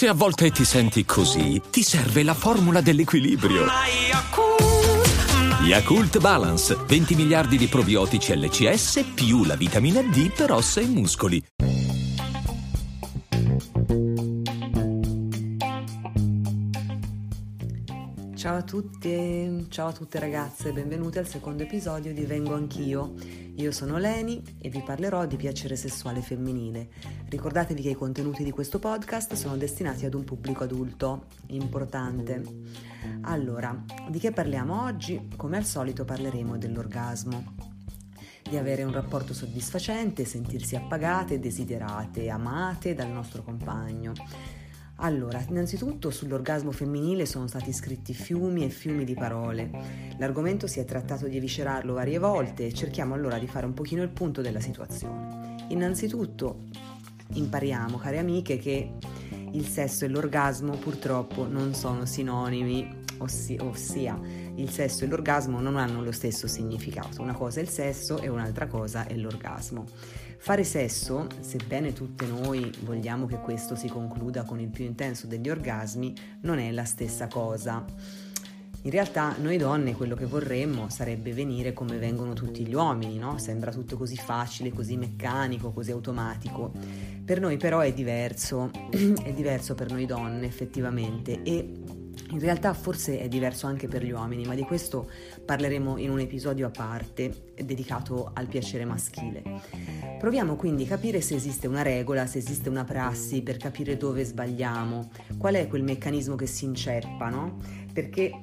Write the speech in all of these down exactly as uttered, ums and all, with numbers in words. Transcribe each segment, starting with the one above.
Se a volte ti senti così, ti serve la formula dell'equilibrio. Yakult Balance, venti miliardi di probiotici L C S più la vitamina D per ossa e muscoli. Ciao a tutte, ciao a tutte ragazze, benvenute al secondo episodio di Vengo Anch'io. Io sono Leni e vi parlerò di piacere sessuale femminile. Ricordatevi che i contenuti di questo podcast sono destinati ad un pubblico adulto, importante. Allora, di che parliamo oggi? Come al solito parleremo dell'orgasmo, di avere un rapporto soddisfacente, sentirsi appagate, desiderate, amate dal nostro compagno. Allora, innanzitutto sull'orgasmo femminile sono stati scritti fiumi e fiumi di parole. L'argomento si è trattato di eviscerarlo varie volte e cerchiamo allora di fare un pochino il punto della situazione. Innanzitutto impariamo, care amiche, che il sesso e l'orgasmo purtroppo non sono sinonimi, ossia, ossia il sesso e l'orgasmo non hanno lo stesso significato. Una cosa è il sesso e un'altra cosa è l'orgasmo. Fare sesso, sebbene tutte noi vogliamo che questo si concluda con il più intenso degli orgasmi, non è la stessa cosa. In realtà noi donne quello che vorremmo sarebbe venire come vengono tutti gli uomini, no? Sembra tutto così facile, così meccanico, così automatico. Per noi però è diverso, è diverso per noi donne effettivamente, e in realtà forse è diverso anche per gli uomini, ma di questo parleremo in un episodio a parte dedicato al piacere maschile. Proviamo quindi a capire se esiste una regola, se esiste una prassi per capire dove sbagliamo, qual è quel meccanismo che si inceppa, no? Perché,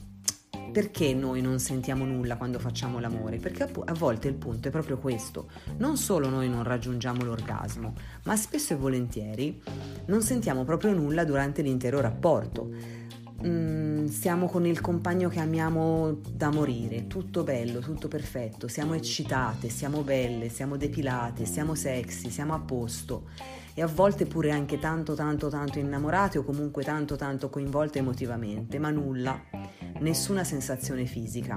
perché noi non sentiamo nulla quando facciamo l'amore? Perché a volte il punto è proprio questo: non solo noi non raggiungiamo l'orgasmo, ma spesso e volentieri non sentiamo proprio nulla durante l'intero rapporto. Mm, siamo con il compagno che amiamo da morire, tutto bello, tutto perfetto, siamo eccitate, siamo belle, siamo depilate, siamo sexy, siamo a posto, e a volte pure anche tanto tanto tanto innamorate o comunque tanto tanto coinvolte emotivamente, ma nulla, nessuna sensazione fisica.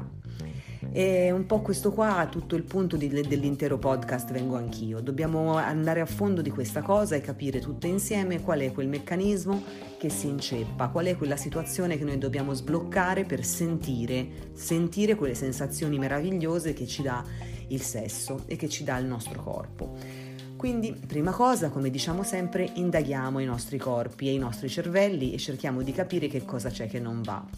E un po' questo qua tutto il punto di, dell'intero podcast Vengo Anch'io. Dobbiamo andare a fondo di questa cosa e capire tutte insieme qual è quel meccanismo che si inceppa, qual è quella situazione che noi dobbiamo sbloccare per sentire, sentire quelle sensazioni meravigliose che ci dà il sesso e che ci dà il nostro corpo. Quindi, prima cosa, come diciamo sempre, indaghiamo i nostri corpi e i nostri cervelli e cerchiamo di capire che cosa c'è che non va.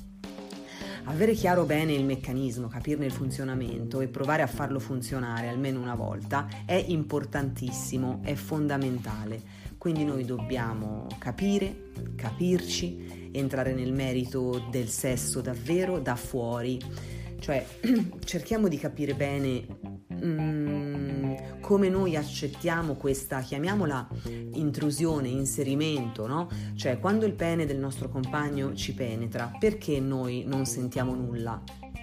Avere chiaro bene il meccanismo, capirne il funzionamento e provare a farlo funzionare almeno una volta è importantissimo, è fondamentale. Quindi noi dobbiamo capire, capirci, entrare nel merito del sesso davvero da fuori. Cioè, cerchiamo di capire bene mm, come noi accettiamo questa, chiamiamola intrusione, inserimento, no? Cioè, quando il pene del nostro compagno ci penetra, perché noi non sentiamo nulla?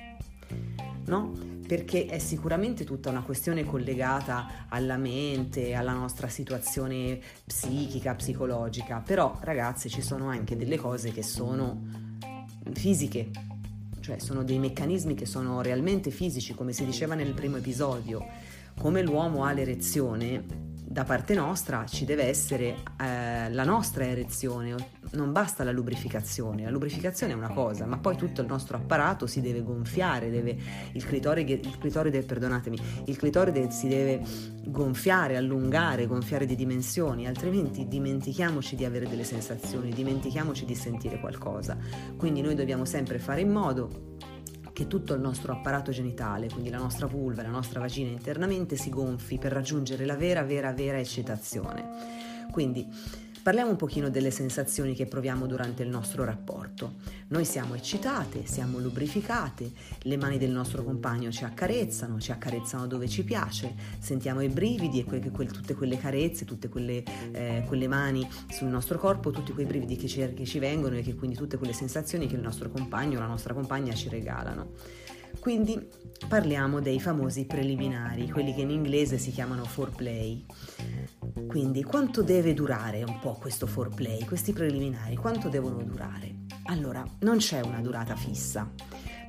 No? Perché è sicuramente tutta una questione collegata alla mente, alla nostra situazione psichica, psicologica, però ragazze ci sono anche delle cose che sono fisiche, cioè sono dei meccanismi che sono realmente fisici, come si diceva nel primo episodio. Come l'uomo ha l'erezione, da parte nostra ci deve essere eh, la nostra erezione, non basta la lubrificazione. La lubrificazione è una cosa, ma poi tutto il nostro apparato si deve gonfiare, deve, il clitoride, il clitoride, perdonatemi, il clitoride si deve gonfiare, allungare, gonfiare di dimensioni, altrimenti dimentichiamoci di avere delle sensazioni, dimentichiamoci di sentire qualcosa. Quindi noi dobbiamo sempre fare in modo che tutto il nostro apparato genitale, quindi la nostra vulva, la nostra vagina internamente, si gonfi per raggiungere la vera, vera, vera eccitazione. Quindi parliamo un pochino delle sensazioni che proviamo durante il nostro rapporto. Noi siamo eccitate, siamo lubrificate, le mani del nostro compagno ci accarezzano, ci accarezzano dove ci piace, sentiamo i brividi e que- que- tutte quelle carezze, tutte quelle, eh, quelle mani sul nostro corpo, tutti quei brividi che ci, che ci vengono e che quindi tutte quelle sensazioni che il nostro compagno o la nostra compagna ci regalano. Quindi parliamo dei famosi preliminari, quelli che in inglese si chiamano foreplay. Quindi quanto deve durare un po' questo foreplay, questi preliminari, quanto devono durare? Allora, non c'è una durata fissa,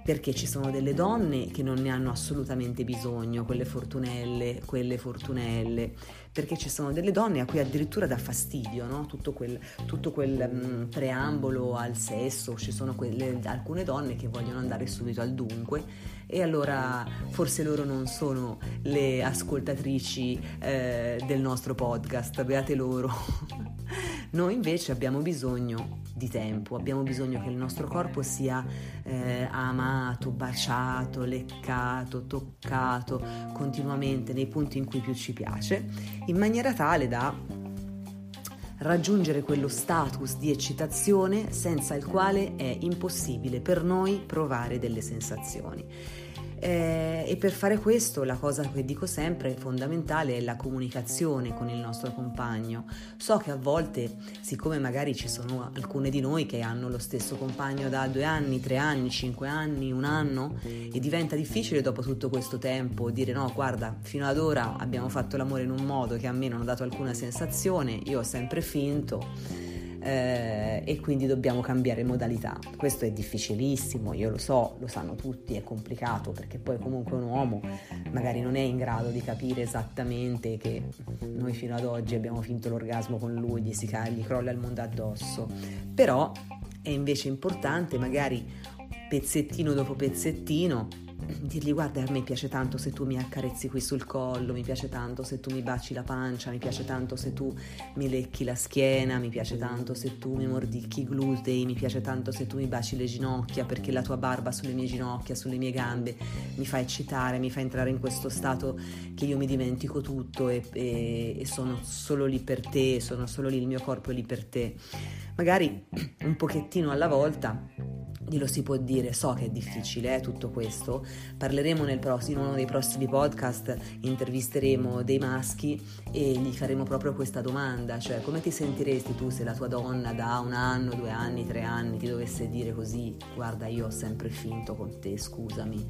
perché ci sono delle donne che non ne hanno assolutamente bisogno, quelle fortunelle, quelle fortunelle, perché ci sono delle donne a cui addirittura dà fastidio, no? Tutto quel, tutto quel mh, preambolo al sesso, ci sono quelle, alcune donne che vogliono andare subito al dunque, e allora forse loro non sono le ascoltatrici eh, del nostro podcast, beate loro. Noi invece abbiamo bisogno di tempo, abbiamo bisogno che il nostro corpo sia eh, amato, baciato, leccato, toccato continuamente nei punti in cui più ci piace, in maniera tale da raggiungere quello status di eccitazione senza il quale è impossibile per noi provare delle sensazioni. Eh, e per fare questo la cosa che dico sempre fondamentale è la comunicazione con il nostro compagno. So che a volte, siccome magari ci sono alcune di noi che hanno lo stesso compagno da due anni, tre anni, cinque anni, un anno, e diventa difficile dopo tutto questo tempo dire no, guarda, fino ad ora abbiamo fatto l'amore in un modo che a me non ha dato alcuna sensazione, io ho sempre finto. Eh, e quindi dobbiamo cambiare modalità. Questo è difficilissimo, io lo so, lo sanno tutti, è complicato, perché poi comunque un uomo magari non è in grado di capire esattamente che noi fino ad oggi abbiamo finto l'orgasmo con lui, gli si gli crolla il mondo addosso. Però è invece importante magari pezzettino dopo pezzettino dirgli guarda, a me piace tanto se tu mi accarezzi qui sul collo, mi piace tanto se tu mi baci la pancia, mi piace tanto se tu mi lecchi la schiena, mi piace tanto se tu mi mordicchi i glutei, mi piace tanto se tu mi baci le ginocchia, perché la tua barba sulle mie ginocchia, sulle mie gambe mi fa eccitare, mi fa entrare in questo stato che io mi dimentico tutto e, e, e sono solo lì per te, sono solo lì, il mio corpo è lì per te. Magari un pochettino alla volta glielo si può dire. So che è difficile eh, tutto questo. Parleremo nel prossimo, in uno dei prossimi podcast, intervisteremo dei maschi e gli faremo proprio questa domanda, cioè come ti sentiresti tu se la tua donna da un anno, due anni, tre anni ti dovesse dire così, guarda, io ho sempre finto con te, scusami.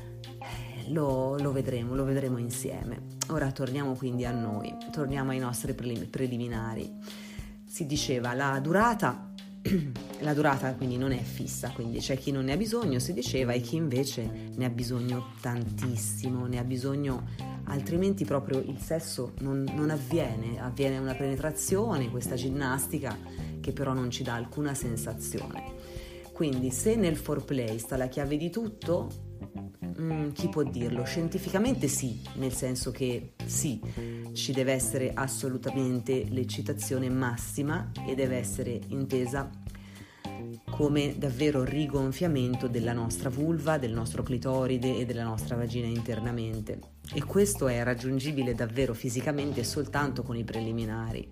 Lo, lo vedremo, lo vedremo insieme. Ora torniamo quindi a noi, torniamo ai nostri prelim- preliminari. Si diceva la durata la durata quindi non è fissa, quindi c'è chi non ne ha bisogno, si diceva, e chi invece ne ha bisogno tantissimo, ne ha bisogno, altrimenti proprio il sesso non, non avviene, avviene una penetrazione, questa ginnastica che però non ci dà alcuna sensazione. Quindi se nel foreplay sta la chiave di tutto, Mm, chi può dirlo? Scientificamente sì, nel senso che sì, ci deve essere assolutamente l'eccitazione massima e deve essere intesa come davvero rigonfiamento della nostra vulva, del nostro clitoride e della nostra vagina internamente, e questo è raggiungibile davvero fisicamente soltanto con i preliminari,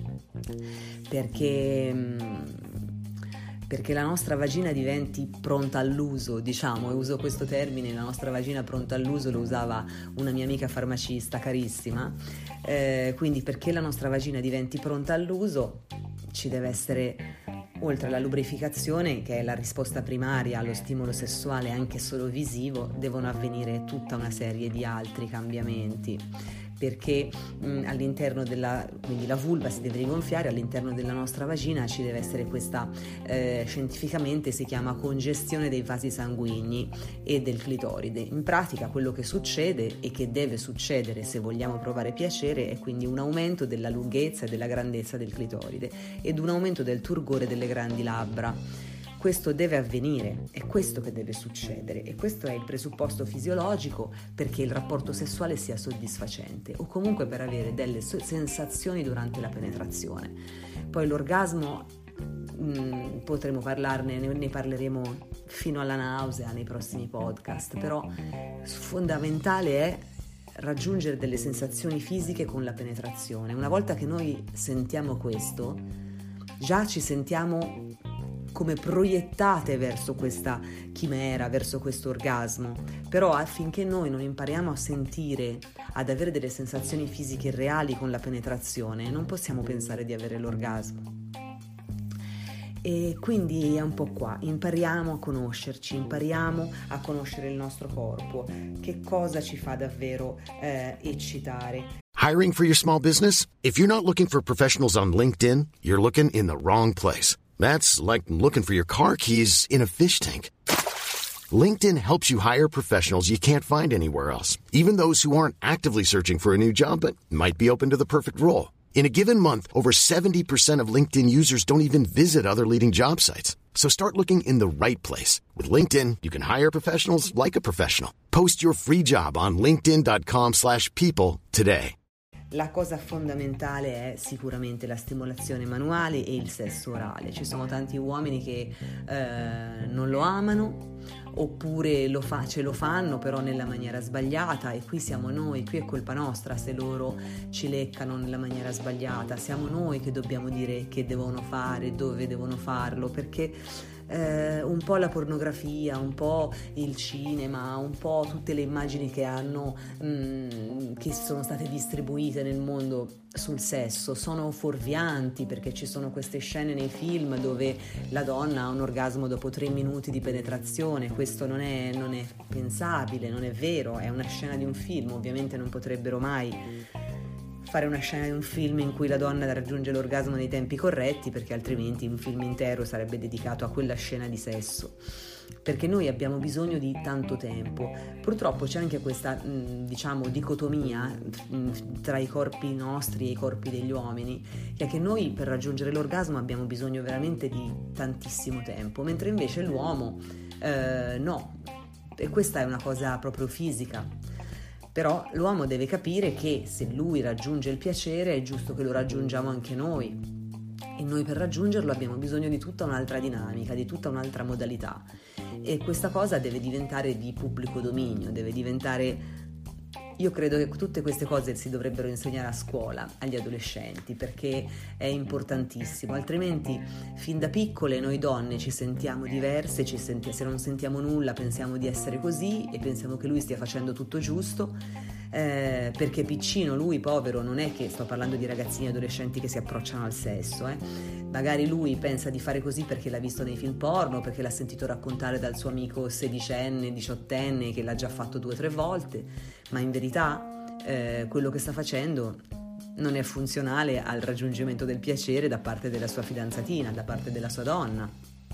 perché mm, perché la nostra vagina diventi pronta all'uso, diciamo, e uso questo termine, la nostra vagina pronta all'uso lo usava una mia amica farmacista carissima, eh, quindi perché la nostra vagina diventi pronta all'uso ci deve essere, oltre alla lubrificazione, che è la risposta primaria allo stimolo sessuale anche solo visivo, devono avvenire tutta una serie di altri cambiamenti, perché mh, all'interno della, quindi la vulva si deve rigonfiare, all'interno della nostra vagina ci deve essere questa, eh, scientificamente si chiama congestione dei vasi sanguigni e del clitoride. In pratica quello che succede e che deve succedere se vogliamo provare piacere è quindi un aumento della lunghezza e della grandezza del clitoride ed un aumento del turgore delle grandi labbra. Questo deve avvenire, è questo che deve succedere e questo è il presupposto fisiologico perché il rapporto sessuale sia soddisfacente o comunque per avere delle sensazioni durante la penetrazione. Poi l'orgasmo mh, potremo parlarne, ne, ne parleremo fino alla nausea nei prossimi podcast, però fondamentale è raggiungere delle sensazioni fisiche con la penetrazione. Una volta che noi sentiamo questo, già ci sentiamo come proiettate verso questa chimera, verso questo orgasmo. Però affinché noi non impariamo a sentire, ad avere delle sensazioni fisiche reali con la penetrazione, non possiamo pensare di avere l'orgasmo. E quindi è un po' qua, impariamo a conoscerci, impariamo a conoscere il nostro corpo, che cosa ci fa davvero eh, eccitare. Hiring for your small business? If you're not looking for professionals on LinkedIn, you're looking in the wrong place. That's like looking for your car keys in a fish tank. LinkedIn helps you hire professionals you can't find anywhere else, even those who aren't actively searching for a new job but might be open to the perfect role. In a given month, over seventy percent of LinkedIn users don't even visit other leading job sites. So start looking in the right place. With LinkedIn, you can hire professionals like a professional. Post your free job on linkedin.com slash people today. La cosa fondamentale è sicuramente la stimolazione manuale e il sesso orale. Ci sono tanti uomini che eh, non lo amano, oppure lo fa, ce lo fanno però nella maniera sbagliata, e qui siamo noi, qui è colpa nostra se loro ci leccano nella maniera sbagliata. Siamo noi che dobbiamo dire che devono fare, dove devono farlo, perché Eh, un po' la pornografia, un po' il cinema, un po' tutte le immagini che hanno mh, che sono state distribuite nel mondo sul sesso sono fuorvianti, perché ci sono queste scene nei film dove la donna ha un orgasmo dopo tre minuti di penetrazione. Questo non è, non è pensabile, non è vero, è una scena di un film. Ovviamente non potrebbero mai fare una scena di un film in cui la donna raggiunge l'orgasmo nei tempi corretti, perché altrimenti un film intero sarebbe dedicato a quella scena di sesso, perché noi abbiamo bisogno di tanto tempo. Purtroppo c'è anche questa mh, diciamo dicotomia mh, tra i corpi nostri e i corpi degli uomini, che è che noi per raggiungere l'orgasmo abbiamo bisogno veramente di tantissimo tempo, mentre invece l'uomo eh, no, e questa è una cosa proprio fisica. Però l'uomo deve capire che se lui raggiunge il piacere è giusto che lo raggiungiamo anche noi, e noi per raggiungerlo abbiamo bisogno di tutta un'altra dinamica, di tutta un'altra modalità, e questa cosa deve diventare di pubblico dominio, deve diventare... Io credo che tutte queste cose si dovrebbero insegnare a scuola agli adolescenti, perché è importantissimo, altrimenti fin da piccole noi donne ci sentiamo diverse, ci senti- se non sentiamo nulla pensiamo di essere così e pensiamo che lui stia facendo tutto giusto, eh, perché piccino lui, povero, non è che sto parlando di ragazzini e adolescenti che si approcciano al sesso, eh. Magari lui pensa di fare così perché l'ha visto nei film porno, perché l'ha sentito raccontare dal suo amico sedicenne, diciottenne che l'ha già fatto due o tre volte, ma in verità eh, quello che sta facendo non è funzionale al raggiungimento del piacere da parte della sua fidanzatina, da parte della sua donna.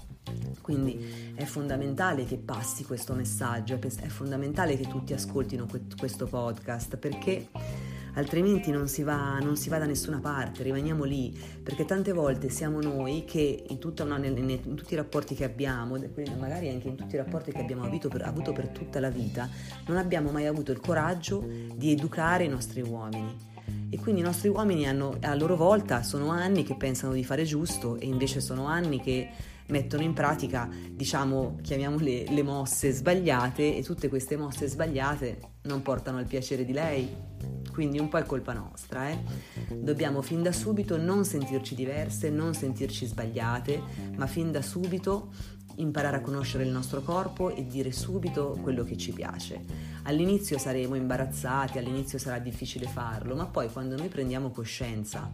Quindi è fondamentale che passi questo messaggio, è fondamentale che tutti ascoltino questo podcast, perché altrimenti non si va, non si va da nessuna parte, rimaniamo lì, perché tante volte siamo noi che in, tutta una, in, in tutti i rapporti che abbiamo, magari anche in tutti i rapporti che abbiamo avuto per, avuto per tutta la vita, non abbiamo mai avuto il coraggio di educare i nostri uomini. E quindi i nostri uomini hanno, a loro volta sono anni che pensano di fare giusto, e invece sono anni che mettono in pratica, diciamo, chiamiamole le mosse sbagliate, e tutte queste mosse sbagliate non portano al piacere di lei. Quindi un po' è colpa nostra, eh? Dobbiamo fin da subito non sentirci diverse, non sentirci sbagliate, ma fin da subito imparare a conoscere il nostro corpo e dire subito quello che ci piace. All'inizio saremo imbarazzati, all'inizio sarà difficile farlo, ma poi quando noi prendiamo coscienza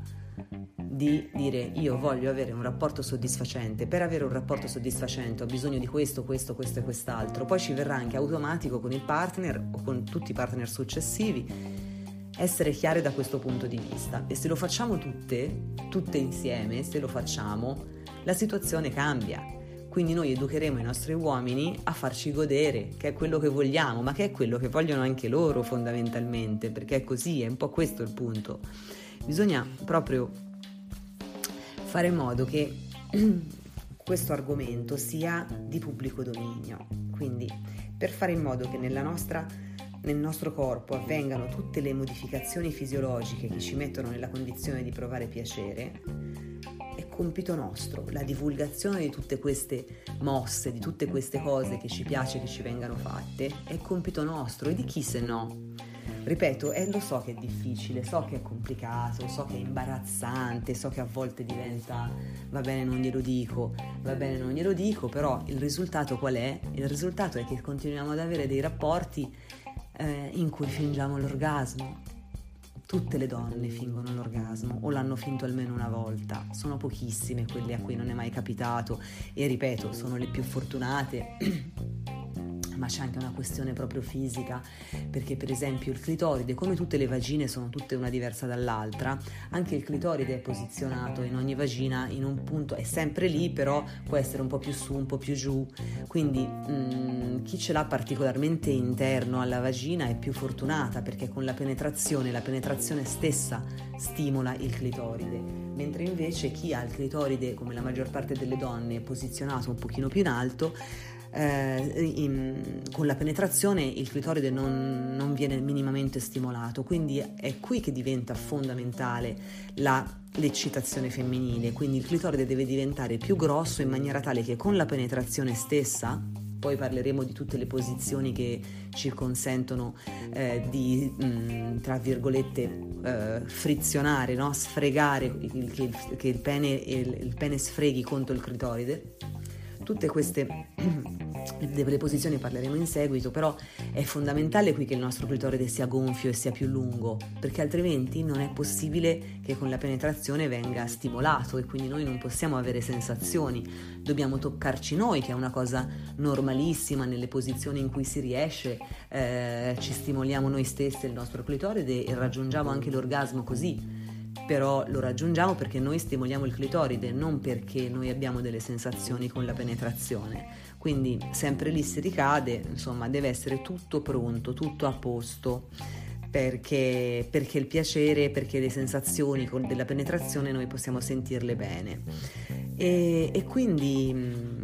di dire io voglio avere un rapporto soddisfacente, per avere un rapporto soddisfacente ho bisogno di questo, questo, questo e quest'altro, poi ci verrà anche automatico con il partner o con tutti i partner successivi essere chiare da questo punto di vista. E se lo facciamo tutte, tutte insieme, se lo facciamo, la situazione cambia. Quindi noi educheremo i nostri uomini a farci godere, che è quello che vogliamo, ma che è quello che vogliono anche loro fondamentalmente, perché è così, è un po' questo il punto. Bisogna proprio fare in modo che questo argomento sia di pubblico dominio. Quindi per fare in modo che nella nostra, nel nostro corpo avvengano tutte le modificazioni fisiologiche che ci mettono nella condizione di provare piacere, è compito nostro la divulgazione di tutte queste mosse, di tutte queste cose che ci piace che ci vengano fatte, è compito nostro, e di chi se no? Ripeto, eh, lo so che è difficile, so che è complicato, so che è imbarazzante, so che a volte diventa va bene non glielo dico, va bene non glielo dico, però il risultato qual è? Il risultato è che continuiamo ad avere dei rapporti eh, in cui fingiamo l'orgasmo. Tutte le donne fingono l'orgasmo o l'hanno finto almeno una volta, sono pochissime quelle a cui non è mai capitato, e ripeto, sono le più fortunate ma c'è anche una questione proprio fisica, perché per esempio il clitoride, come tutte le vagine sono tutte una diversa dall'altra, anche il clitoride è posizionato in ogni vagina in un punto, è sempre lì, però può essere un po' più su, un po' più giù, quindi mh, chi ce l'ha particolarmente interno alla vagina è più fortunata, perché con la penetrazione, la penetrazione stessa stimola il clitoride, mentre invece chi ha il clitoride, come la maggior parte delle donne, è posizionato un pochino più in alto, Eh, in, con la penetrazione il clitoride non, non viene minimamente stimolato, quindi è qui che diventa fondamentale la, l'eccitazione femminile, quindi il clitoride deve diventare più grosso in maniera tale che con la penetrazione stessa, poi parleremo di tutte le posizioni che ci consentono eh, di, mh, tra virgolette, eh, frizionare, no? Sfregare, il, che, il, che il pene, il, il pene sfreghi contro il clitoride. Tutte queste delle posizioni parleremo in seguito, però è fondamentale qui che il nostro clitoride sia gonfio e sia più lungo, perché altrimenti non è possibile che con la penetrazione venga stimolato e quindi noi non possiamo avere sensazioni, dobbiamo toccarci noi, che è una cosa normalissima nelle posizioni in cui si riesce, eh, ci stimoliamo noi stessi il nostro clitoride e raggiungiamo anche l'orgasmo così. Però lo raggiungiamo perché noi stimoliamo il clitoride, non perché noi abbiamo delle sensazioni con la penetrazione. Quindi sempre lì si ricade, insomma, deve essere tutto pronto, tutto a posto, perché, perché il piacere, perché le sensazioni con della penetrazione noi possiamo sentirle bene. E, e quindi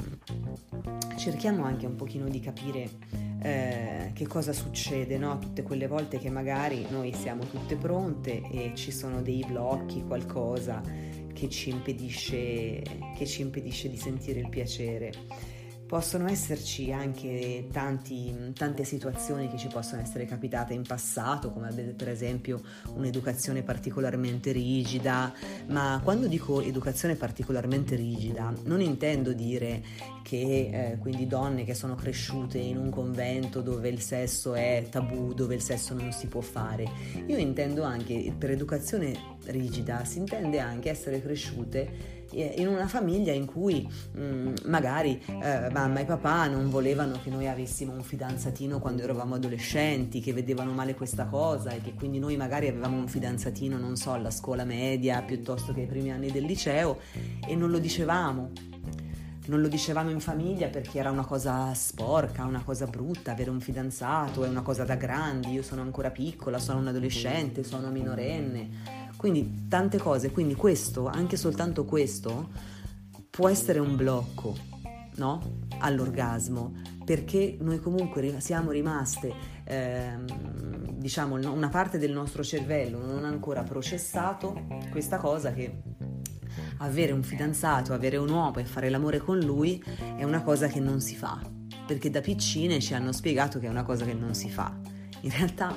mh, cerchiamo anche un pochino di capire Eh, che cosa succede, no? Tutte quelle volte che magari noi siamo tutte pronte e ci sono dei blocchi, qualcosa che ci impedisce, che ci impedisce di sentire il piacere. Possono esserci anche tanti, tante situazioni che ci possono essere capitate in passato, come per esempio un'educazione particolarmente rigida, ma quando dico educazione particolarmente rigida non intendo dire che eh, quindi donne che sono cresciute in un convento dove il sesso è tabù, dove il sesso non si può fare. Io intendo anche, per educazione rigida si intende anche essere cresciute in una famiglia in cui mh, magari eh, mamma e papà non volevano che noi avessimo un fidanzatino quando eravamo adolescenti, che vedevano male questa cosa e che quindi noi magari avevamo un fidanzatino, non so, alla scuola media piuttosto che ai primi anni del liceo e non lo dicevamo. Non lo dicevamo in famiglia perché era una cosa sporca, una cosa brutta, avere un fidanzato è una cosa da grandi, io sono ancora piccola, sono un adolescente, sono minorenne. Quindi tante cose, quindi questo, anche soltanto questo, può essere un blocco, no? All'orgasmo, perché noi comunque siamo rimaste, ehm, diciamo, una parte del nostro cervello non ha ancora processato questa cosa che avere un fidanzato, avere un uomo e fare l'amore con lui è una cosa che non si fa, perché da piccine ci hanno spiegato che è una cosa che non si fa. In realtà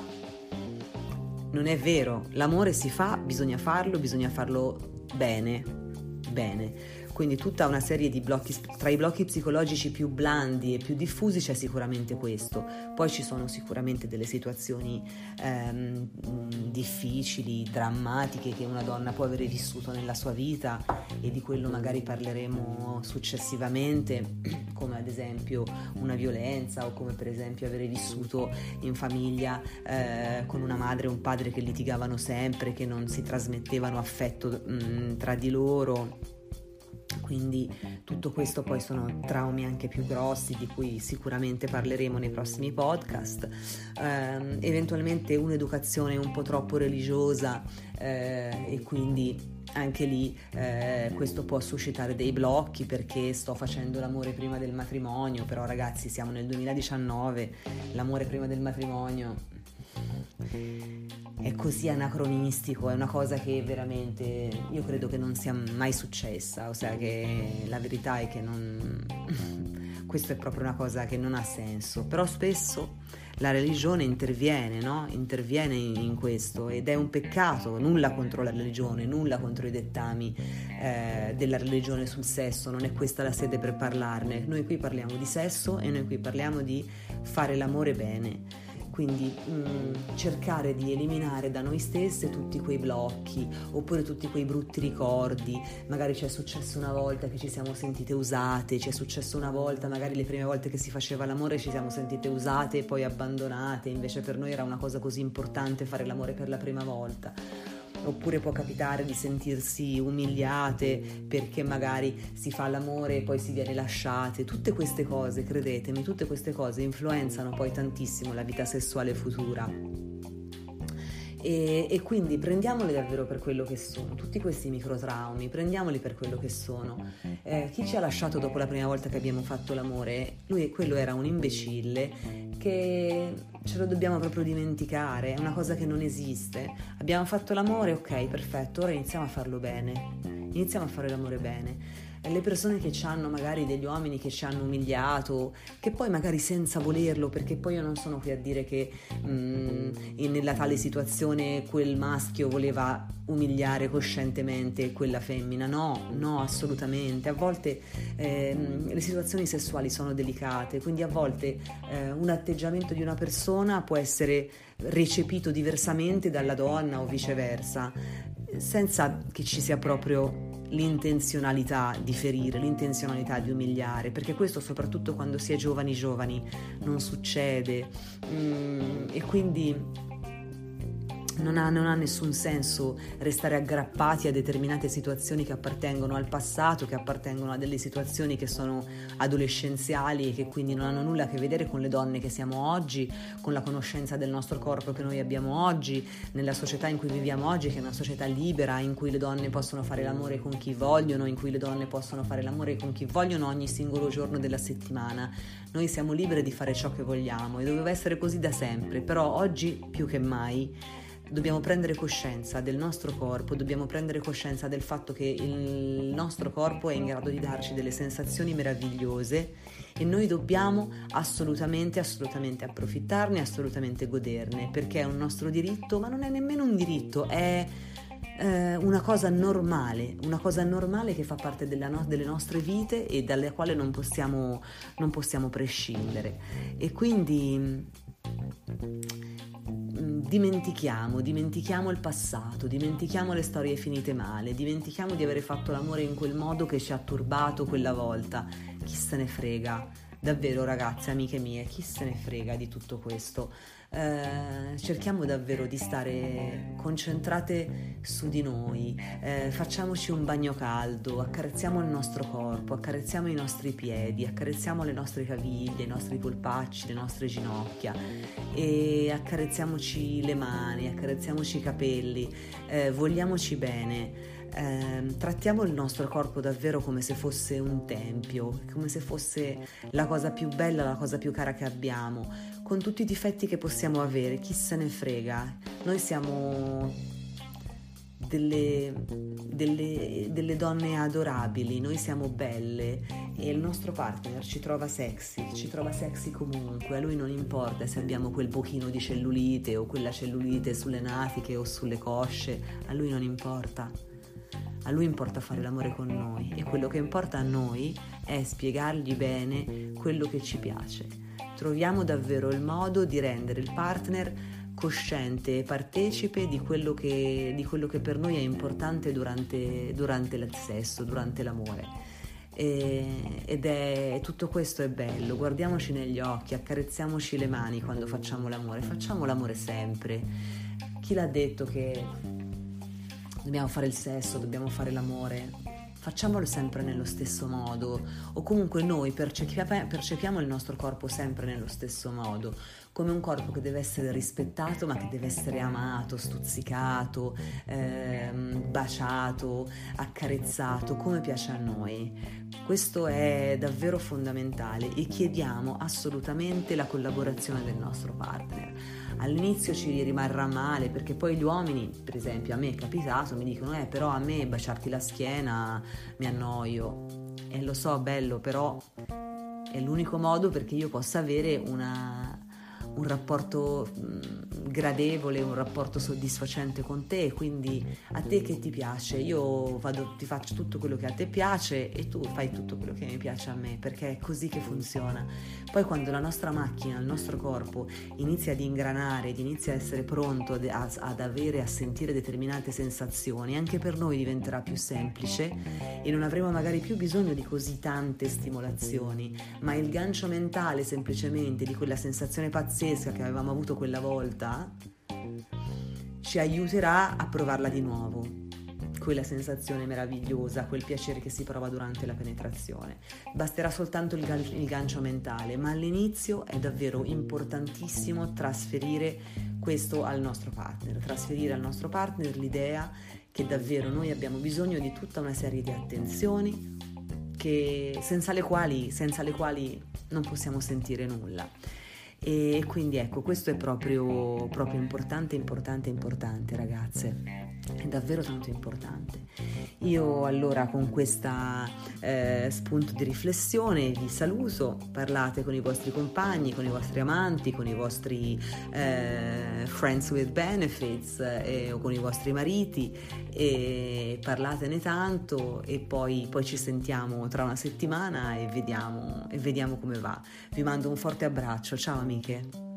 non è vero, l'amore si fa, bisogna farlo, bisogna farlo bene, bene. Quindi tutta una serie di blocchi, tra i blocchi psicologici più blandi e più diffusi c'è sicuramente questo. Poi ci sono sicuramente delle situazioni ehm, difficili, drammatiche che una donna può avere vissuto nella sua vita e di quello magari parleremo successivamente, come ad esempio una violenza o come per esempio avere vissuto in famiglia eh, con una madre e un padre che litigavano sempre, che non si trasmettevano affetto mh, tra di loro. Quindi tutto questo poi sono traumi anche più grossi di cui sicuramente parleremo nei prossimi podcast, eh, eventualmente un'educazione un po' troppo religiosa eh, e quindi anche lì eh, questo può suscitare dei blocchi perché sto facendo l'amore prima del matrimonio, però ragazzi siamo nel duemiladiciannove, l'amore prima del matrimonio è così anacronistico, è una cosa che veramente io credo che non sia mai successa, ossia che la verità è che non questo è proprio una cosa che non ha senso, però spesso la religione interviene, no? Interviene in, in questo ed è un peccato, nulla contro la religione, nulla contro i dettami eh, della religione sul sesso, non è questa la sede per parlarne, noi qui parliamo di sesso e noi qui parliamo di fare l'amore bene. Quindi mh, cercare di eliminare da noi stesse tutti quei blocchi, oppure tutti quei brutti ricordi. Magari ci è successo una volta che ci siamo sentite usate, ci è successo una volta, magari le prime volte che si faceva l'amore ci siamo sentite usate e poi abbandonate, invece per noi era una cosa così importante fare l'amore per la prima volta. Oppure può capitare di sentirsi umiliate perché magari si fa l'amore e poi si viene lasciate. Tutte queste cose, credetemi, tutte queste cose influenzano poi tantissimo la vita sessuale futura. E, e quindi prendiamoli davvero per quello che sono, tutti questi microtraumi, prendiamoli per quello che sono. Eh, chi ci ha lasciato dopo la prima volta che abbiamo fatto l'amore, lui, quello era un imbecille che ce lo dobbiamo proprio dimenticare, è una cosa che non esiste. Abbiamo fatto l'amore, ok, perfetto, ora iniziamo a farlo bene, iniziamo a fare l'amore bene. Le persone che ci hanno, magari degli uomini che ci hanno umiliato, che poi magari senza volerlo, perché poi io non sono qui a dire che mh, nella tale situazione quel maschio voleva umiliare coscientemente quella femmina, no, no, assolutamente. A volte eh, le situazioni sessuali sono delicate, quindi a volte eh, un atteggiamento di una persona può essere recepito diversamente dalla donna o viceversa, senza che ci sia proprio l'intenzionalità di ferire, l'intenzionalità di umiliare, perché questo soprattutto quando si è giovani giovani non succede, mm, e quindi non ha, non ha nessun senso restare aggrappati a determinate situazioni che appartengono al passato, che appartengono a delle situazioni che sono adolescenziali e che quindi non hanno nulla a che vedere con le donne che siamo oggi, con la conoscenza del nostro corpo che noi abbiamo oggi, nella società in cui viviamo oggi, che è una società libera, in cui le donne possono fare l'amore con chi vogliono, in cui le donne possono fare l'amore con chi vogliono ogni singolo giorno della settimana. Noi siamo libere di fare ciò che vogliamo e doveva essere così da sempre, però oggi più che mai dobbiamo prendere coscienza del nostro corpo, dobbiamo prendere coscienza del fatto che il nostro corpo è in grado di darci delle sensazioni meravigliose e noi dobbiamo assolutamente, assolutamente approfittarne, assolutamente goderne, perché è un nostro diritto, ma non è nemmeno un diritto, è eh, una cosa normale, una cosa normale che fa parte della no- delle nostre vite e dalle quali non possiamo, non possiamo prescindere. E quindi dimentichiamo, dimentichiamo il passato, dimentichiamo le storie finite male, dimentichiamo di aver fatto l'amore in quel modo che ci ha turbato quella volta. Chi se ne frega? Davvero, ragazze, amiche mie, chi se ne frega di tutto questo? Eh, cerchiamo davvero di stare concentrate su di noi, eh, facciamoci un bagno caldo, accarezziamo il nostro corpo, accarezziamo i nostri piedi, accarezziamo le nostre caviglie, i nostri polpacci, le nostre ginocchia e accarezziamoci le mani, accarezziamoci i capelli, eh, vogliamoci bene. Eh, trattiamo il nostro corpo davvero come se fosse un tempio, come se fosse la cosa più bella, la cosa più cara che abbiamo, con tutti i difetti che possiamo avere, chi se ne frega. Noi siamo delle, delle, delle donne adorabili, noi siamo belle e il nostro partner ci trova sexy, ci trova sexy comunque, a lui non importa se abbiamo quel pochino di cellulite o quella cellulite sulle natiche o sulle cosce, a lui non importa. A lui importa fare l'amore con noi e quello che importa a noi è spiegargli bene quello che ci piace. Troviamo davvero il modo di rendere il partner cosciente e partecipe di quello che, di quello che per noi è importante durante, durante il sesso, durante l'amore. E, ed è tutto questo è bello. Guardiamoci negli occhi, accarezziamoci le mani quando facciamo l'amore, facciamo l'amore sempre. Chi l'ha detto che dobbiamo fare il sesso, dobbiamo fare l'amore? Facciamolo sempre nello stesso modo, o comunque noi percepiamo, percepiamo il nostro corpo sempre nello stesso modo, come un corpo che deve essere rispettato ma che deve essere amato, stuzzicato, ehm, baciato, accarezzato, come piace a noi. Questo è davvero fondamentale e chiediamo assolutamente la collaborazione del nostro partner. All'inizio ci rimarrà male perché poi gli uomini, per esempio a me è capitato, mi dicono eh però a me baciarti la schiena mi annoio, e lo so, bello, però è l'unico modo perché io possa avere una, un rapporto mh, gradevole, un rapporto soddisfacente con te, quindi a te che ti piace, io vado, ti faccio tutto quello che a te piace e tu fai tutto quello che mi piace a me, perché è così che funziona. Poi quando la nostra macchina, il nostro corpo inizia ad ingranare, ed inizia a essere pronto ad, ad avere, a sentire determinate sensazioni, anche per noi diventerà più semplice e non avremo magari più bisogno di così tante stimolazioni, ma il gancio mentale semplicemente di quella sensazione pazzesca che avevamo avuto quella volta ci aiuterà a provarla di nuovo, quella sensazione meravigliosa, quel piacere che si prova durante la penetrazione. Basterà soltanto il, gan- il gancio mentale, ma all'inizio è davvero importantissimo trasferire questo al nostro partner, trasferire al nostro partner l'idea che davvero noi abbiamo bisogno di tutta una serie di attenzioni che, senza le quali, senza le quali non possiamo sentire nulla. E quindi ecco, questo è proprio, proprio importante, importante, importante, ragazze, è davvero tanto importante. Io allora con questa eh, spunto di riflessione vi saluto, parlate con i vostri compagni, con i vostri amanti, con i vostri eh, friends with benefits eh, o con i vostri mariti e parlatene tanto e poi, poi ci sentiamo tra una settimana e vediamo, e vediamo come va. Vi mando un forte abbraccio, ciao amiche.